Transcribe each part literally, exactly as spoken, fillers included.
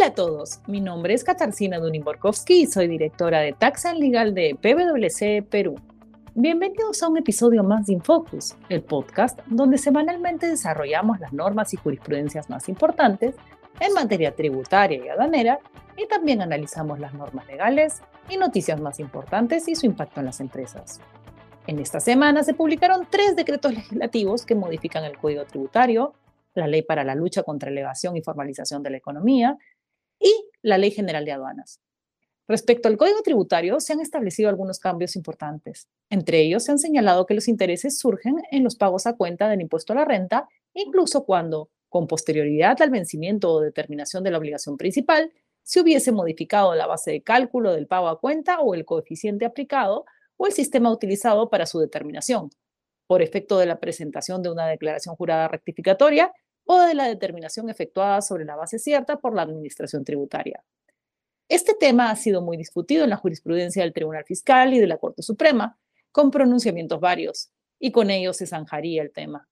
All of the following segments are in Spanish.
Hola a todos, mi nombre es Katarzyna Dunin-Borkowski y soy directora de Tax and Legal de P W C Perú. Bienvenidos a un episodio más de InFocus, el podcast donde semanalmente desarrollamos las normas y jurisprudencias más importantes en materia tributaria y aduanera y también analizamos las normas legales y noticias más importantes y su impacto en las empresas. En esta semana se publicaron tres decretos legislativos que modifican el Código Tributario, la Ley para la Lucha contra la Evasión y Formalización de la Economía y la Ley General de Aduanas. Respecto al Código Tributario, se han establecido algunos cambios importantes. Entre ellos, se han señalado que los intereses surgen en los pagos a cuenta del impuesto a la renta, incluso cuando, con posterioridad al vencimiento o determinación de la obligación principal, se hubiese modificado la base de cálculo del pago a cuenta o el coeficiente aplicado o el sistema utilizado para su determinación, por efecto de la presentación de una declaración jurada rectificatoria o de la determinación efectuada sobre la base cierta por la Administración Tributaria. Este tema ha sido muy discutido en la jurisprudencia del Tribunal Fiscal y de la Corte Suprema, con pronunciamientos varios, y con ello se zanjaría el tema.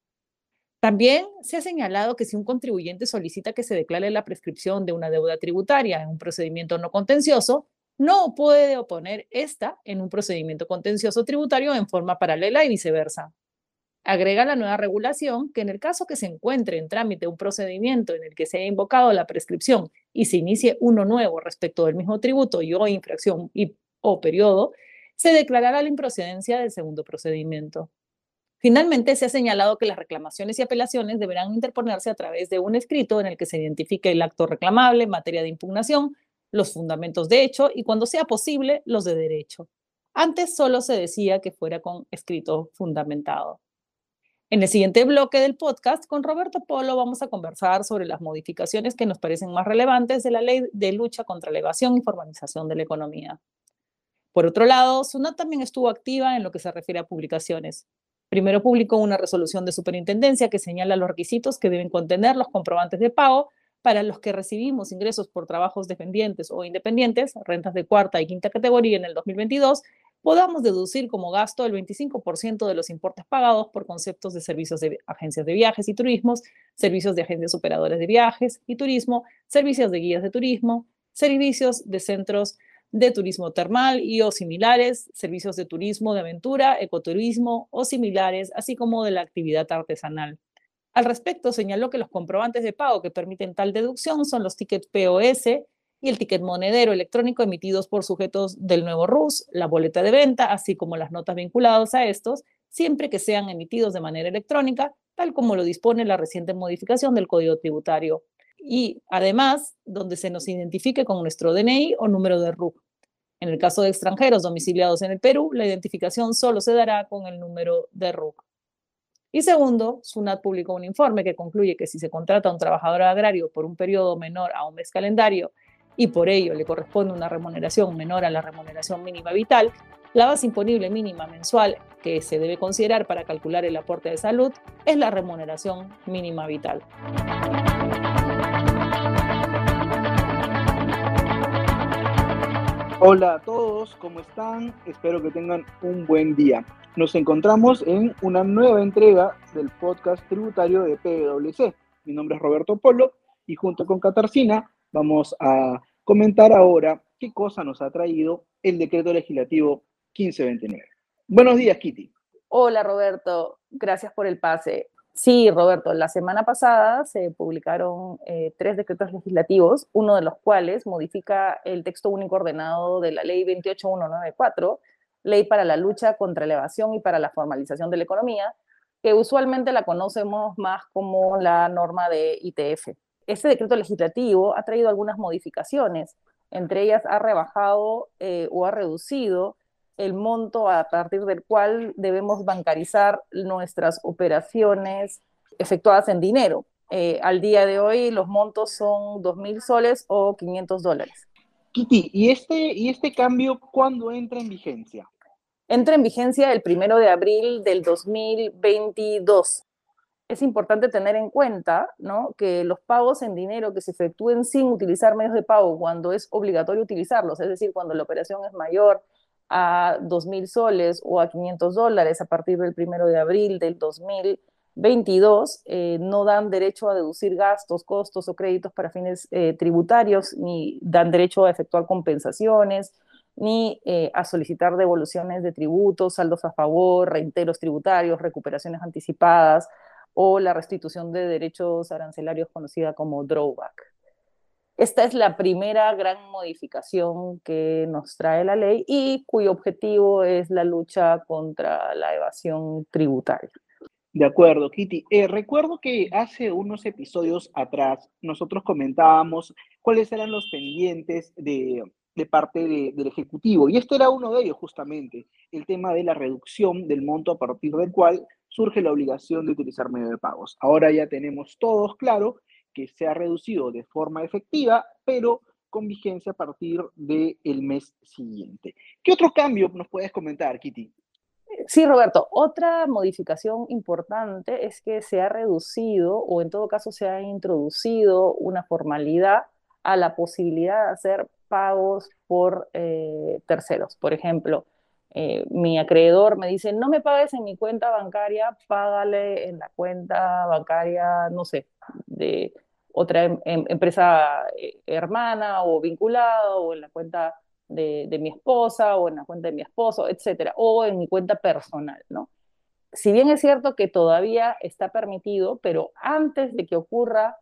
También se ha señalado que si un contribuyente solicita que se declare la prescripción de una deuda tributaria en un procedimiento no contencioso, no puede oponer esta en un procedimiento contencioso tributario en forma paralela y viceversa. Agrega la nueva regulación que en el caso que se encuentre en trámite un procedimiento en el que se haya invocado la prescripción y se inicie uno nuevo respecto del mismo tributo y o infracción y, o periodo, se declarará la improcedencia del segundo procedimiento. Finalmente, se ha señalado que las reclamaciones y apelaciones deberán interponerse a través de un escrito en el que se identifique el acto reclamable en materia de impugnación, los fundamentos de hecho y, cuando sea posible, los de derecho. Antes solo se decía que fuera con escrito fundamentado. En el siguiente bloque del podcast, con Roberto Polo vamos a conversar sobre las modificaciones que nos parecen más relevantes de la Ley de Lucha contra la Evasión y Formalización de la Economía. Por otro lado, SUNAT también estuvo activa en lo que se refiere a publicaciones. Primero publicó una resolución de superintendencia que señala los requisitos que deben contener los comprobantes de pago para los que recibimos ingresos por trabajos dependientes o independientes, rentas de cuarta y quinta categoría en el dos mil veintidós, podamos deducir como gasto el veinticinco por ciento de los importes pagados por conceptos de servicios de agencias de viajes y turismos, servicios de agencias operadoras de viajes y turismo, servicios de guías de turismo, servicios de centros de turismo termal y o similares, servicios de turismo de aventura, ecoturismo o similares, así como de la actividad artesanal. Al respecto, señaló que los comprobantes de pago que permiten tal deducción son los tickets P O S y el ticket monedero electrónico emitidos por sujetos del nuevo R U S, la boleta de venta, así como las notas vinculadas a estos, siempre que sean emitidos de manera electrónica, tal como lo dispone la reciente modificación del Código Tributario. Y además, donde se nos identifique con nuestro D N I o número de R U C. En el caso de extranjeros domiciliados en el Perú, la identificación solo se dará con el número de R U C. Y segundo, SUNAT publicó un informe que concluye que si se contrata a un trabajador agrario por un periodo menor a un mes calendario y por ello le corresponde una remuneración menor a la remuneración mínima vital, la base imponible mínima mensual que se debe considerar para calcular el aporte de salud es la remuneración mínima vital. Hola a todos, ¿cómo están? Espero que tengan un buen día. Nos encontramos en una nueva entrega del podcast tributario de P W C. Mi nombre es Roberto Polo y junto con Katarzyna vamos a comentar ahora qué cosa nos ha traído el decreto legislativo quince veintinueve. Buenos días, Kitty. Hola, Roberto. Gracias por el pase. Sí, Roberto, la semana pasada se publicaron eh, tres decretos legislativos, uno de los cuales modifica el texto único ordenado de la Ley veintiocho mil ciento noventa y cuatro, Ley para la Lucha contra la Evasión y para la Formalización de la Economía, que usualmente la conocemos más como la norma de I T F. Este decreto legislativo ha traído algunas modificaciones, entre ellas ha rebajado eh, o ha reducido el monto a partir del cual debemos bancarizar nuestras operaciones efectuadas en dinero. Eh, al día de hoy los montos son dos mil soles o quinientos dólares. Kitty, ¿y este, ¿y este cambio cuándo entra en vigencia? Entra en vigencia el primero de abril del dos mil veintidós. Es importante tener en cuenta, ¿no?, que los pagos en dinero que se efectúen sin utilizar medios de pago cuando es obligatorio utilizarlos, es decir, cuando la operación es mayor a dos mil soles o a quinientos dólares a partir del primero de abril del dos mil veintidós eh, no dan derecho a deducir gastos, costos o créditos para fines eh, tributarios, ni dan derecho a efectuar compensaciones, ni eh, a solicitar devoluciones de tributos, saldos a favor, reintegros tributarios, recuperaciones anticipadas o la restitución de derechos arancelarios conocida como drawback. Esta es la primera gran modificación que nos trae la ley y cuyo objetivo es la lucha contra la evasión tributaria. De acuerdo, Kitty. Eh, recuerdo que hace unos episodios atrás nosotros comentábamos cuáles eran los pendientes de, de parte de, del Ejecutivo, y este era uno de ellos justamente, el tema de la reducción del monto a partir del cual surge la obligación de utilizar medio de pagos. Ahora ya tenemos todos claro que se ha reducido de forma efectiva, pero con vigencia a partir del mes siguiente. ¿Qué otro cambio nos puedes comentar, Kitty? Sí, Roberto, otra modificación importante es que se ha reducido o en todo caso se ha introducido una formalidad a la posibilidad de hacer pagos por eh, terceros. Por ejemplo, eh, mi acreedor me dice, no me pagues en mi cuenta bancaria, págale en la cuenta bancaria, no sé, de otra em em empresa eh, hermana o vinculada o en la cuenta de, de mi esposa o en la cuenta de mi esposo, etcétera, o en mi cuenta personal, ¿no? Si bien es cierto que todavía está permitido, pero antes de que ocurra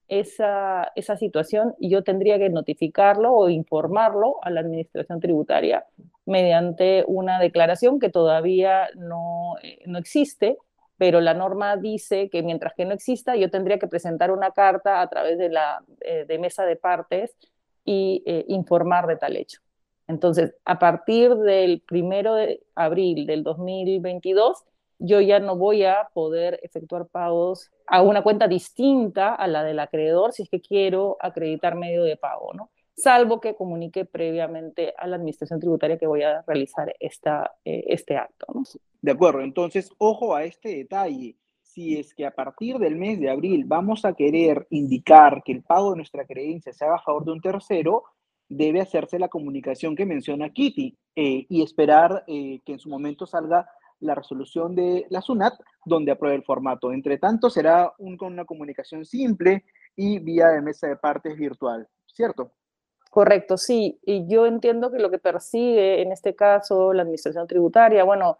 esa, esa situación, yo tendría que notificarlo o informarlo a la administración tributaria mediante una declaración que todavía no, eh, no existe, pero la norma dice que mientras que no exista, yo tendría que presentar una carta a través de la eh, de mesa de partes y eh, informar de tal hecho. Entonces, a partir del primero de abril del dos mil veintidós, yo ya no voy a poder efectuar pagos a una cuenta distinta a la del acreedor si es que quiero acreditar medio de pago, ¿no? Salvo que comunique previamente a la administración tributaria que voy a realizar esta, eh, este acto, ¿no? De acuerdo, entonces, ojo a este detalle. Si es que a partir del mes de abril vamos a querer indicar que el pago de nuestra creencia se haga a favor de un tercero, debe hacerse la comunicación que menciona Kitty eh, y esperar eh, que en su momento salga la resolución de la SUNAT donde apruebe el formato. Entre tanto, será un, con una comunicación simple y vía de mesa de partes virtual, ¿cierto? Correcto, sí. Y yo entiendo que lo que persigue en este caso la Administración Tributaria, bueno,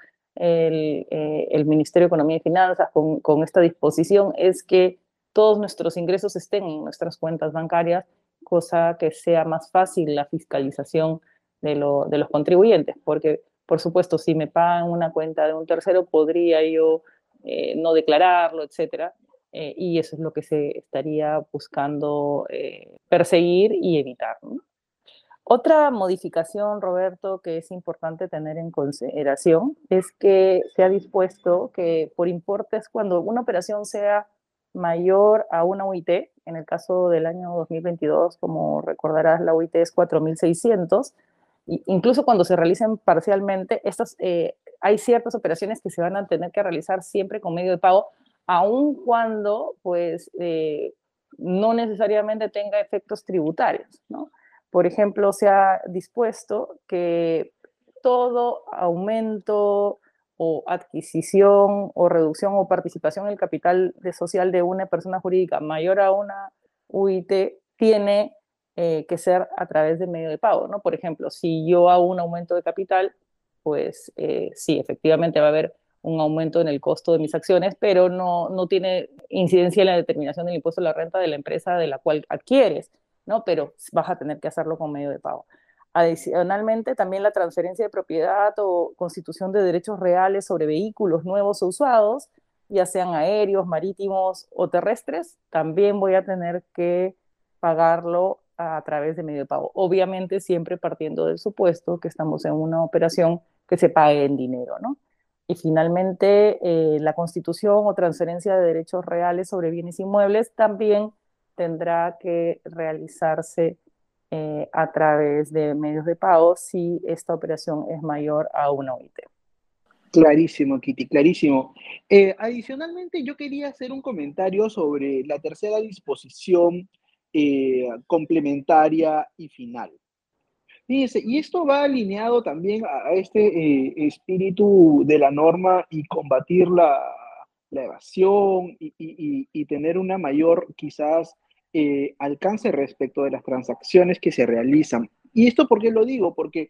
el, eh, el Ministerio de Economía y Finanzas con, con esta disposición es que todos nuestros ingresos estén en nuestras cuentas bancarias, cosa que sea más fácil la fiscalización de, lo, de los contribuyentes, porque por supuesto si me pagan una cuenta de un tercero podría yo eh, no declararlo, etcétera. Eh, y eso es lo que se estaría buscando eh, perseguir y evitar, ¿no? Otra modificación, Roberto, que es importante tener en consideración es que se ha dispuesto que por importes, cuando una operación sea mayor a una U I T, en el caso del año dos mil veintidós, como recordarás, la U I T es cuatro mil seiscientos, incluso cuando se realicen parcialmente, estas, eh, hay ciertas operaciones que se van a tener que realizar siempre con medio de pago, aun cuando pues, eh, no necesariamente tenga efectos tributarios, ¿no? Por ejemplo, se ha dispuesto que todo aumento o adquisición o reducción o participación en el capital de social de una persona jurídica mayor a una U I T tiene eh, que ser a través de medio de pago, ¿no? Por ejemplo, si yo hago un aumento de capital, pues eh, sí, efectivamente va a haber un aumento en el costo de mis acciones, pero no, no tiene incidencia en la determinación del impuesto a la renta de la empresa de la cual adquieres, ¿no? Pero vas a tener que hacerlo con medio de pago. Adicionalmente, también la transferencia de propiedad o constitución de derechos reales sobre vehículos nuevos o usados, ya sean aéreos, marítimos o terrestres, también voy a tener que pagarlo a través de medio de pago. Obviamente siempre partiendo del supuesto que estamos en una operación que se pague en dinero, ¿no? Y finalmente, eh, la constitución o transferencia de derechos reales sobre bienes inmuebles también tendrá que realizarse eh, a través de medios de pago si esta operación es mayor a una U I T. Clarísimo, Kitty, clarísimo. Eh, adicionalmente, yo quería hacer un comentario sobre la tercera disposición eh, complementaria y final. Fíjense, y esto va alineado también a este eh, espíritu de la norma y combatir la, la evasión y, y, y tener una mayor, quizás, eh, alcance respecto de las transacciones que se realizan. ¿Y esto por qué lo digo? Porque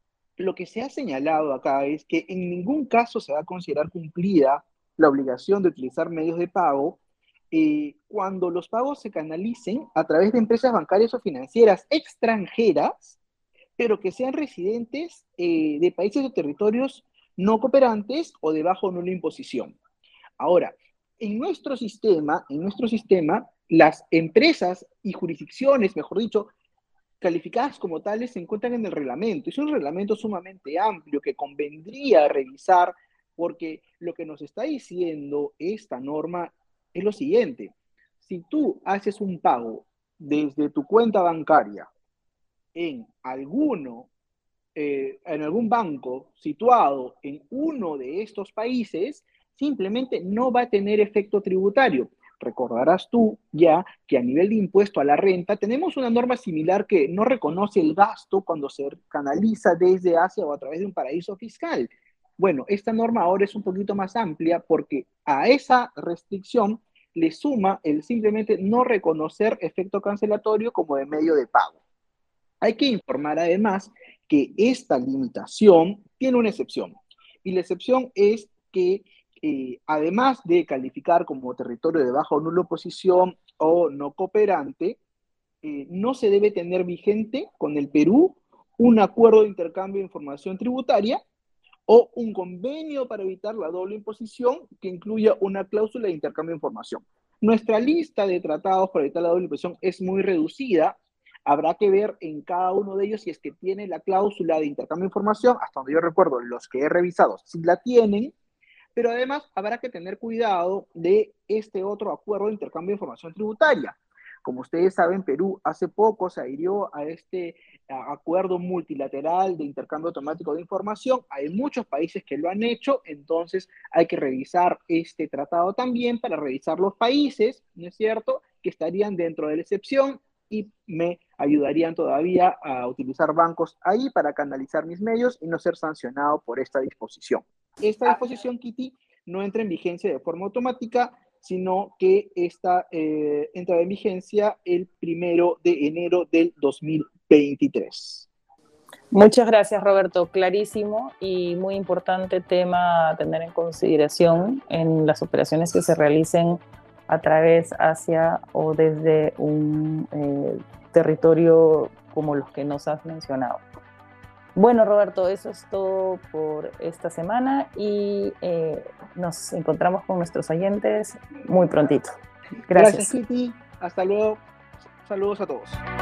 lo que se ha señalado acá es que en ningún caso se va a considerar cumplida la obligación de utilizar medios de pago eh, cuando los pagos se canalicen a través de empresas bancarias o financieras extranjeras, pero que sean residentes eh, de países o territorios no cooperantes o de bajo o nula imposición. Ahora, en nuestro sistema, en nuestro sistema, las empresas y jurisdicciones, mejor dicho, calificadas como tales se encuentran en el reglamento. Es un reglamento sumamente amplio que convendría revisar porque lo que nos está diciendo esta norma es lo siguiente. Si tú haces un pago desde tu cuenta bancaria en alguno, eh, en algún banco situado en uno de estos países, simplemente no va a tener efecto tributario. Recordarás tú ya que a nivel de impuesto a la renta tenemos una norma similar que no reconoce el gasto cuando se canaliza desde Asia o a través de un paraíso fiscal. Bueno, esta norma ahora es un poquito más amplia porque a esa restricción le suma el simplemente no reconocer efecto cancelatorio como de medio de pago. Hay que informar además que esta limitación tiene una excepción. Y la excepción es que eh, además de calificar como territorio de baja o nula oposición o no cooperante, eh, no se debe tener vigente con el Perú un acuerdo de intercambio de información tributaria o un convenio para evitar la doble imposición que incluya una cláusula de intercambio de información. Nuestra lista de tratados para evitar la doble imposición es muy reducida. Habrá que ver en cada uno de ellos si es que tiene la cláusula de intercambio de información. Hasta donde yo recuerdo, los que he revisado si la tienen, pero además habrá que tener cuidado de este otro acuerdo de intercambio de información tributaria. Como ustedes saben, Perú hace poco se adhirió a este acuerdo multilateral de intercambio automático de información. Hay muchos países que lo han hecho, entonces hay que revisar este tratado también para revisar los países, ¿no es cierto?, que estarían dentro de la excepción y me ayudarían todavía a utilizar bancos ahí para canalizar mis medios y no ser sancionado por esta disposición. Esta disposición, Kitty, no entra en vigencia de forma automática, sino que esta eh, entra en vigencia el primero de enero del dos mil veintitrés. Muchas gracias, Roberto. Clarísimo y muy importante tema a tener en consideración en las operaciones que se realicen a través, hacia o desde un eh, territorio como los que nos has mencionado. Bueno, Roberto, eso es todo por esta semana y eh, nos encontramos con nuestros oyentes muy prontito. Gracias. Gracias, Kitty. Hasta luego. Saludos a todos.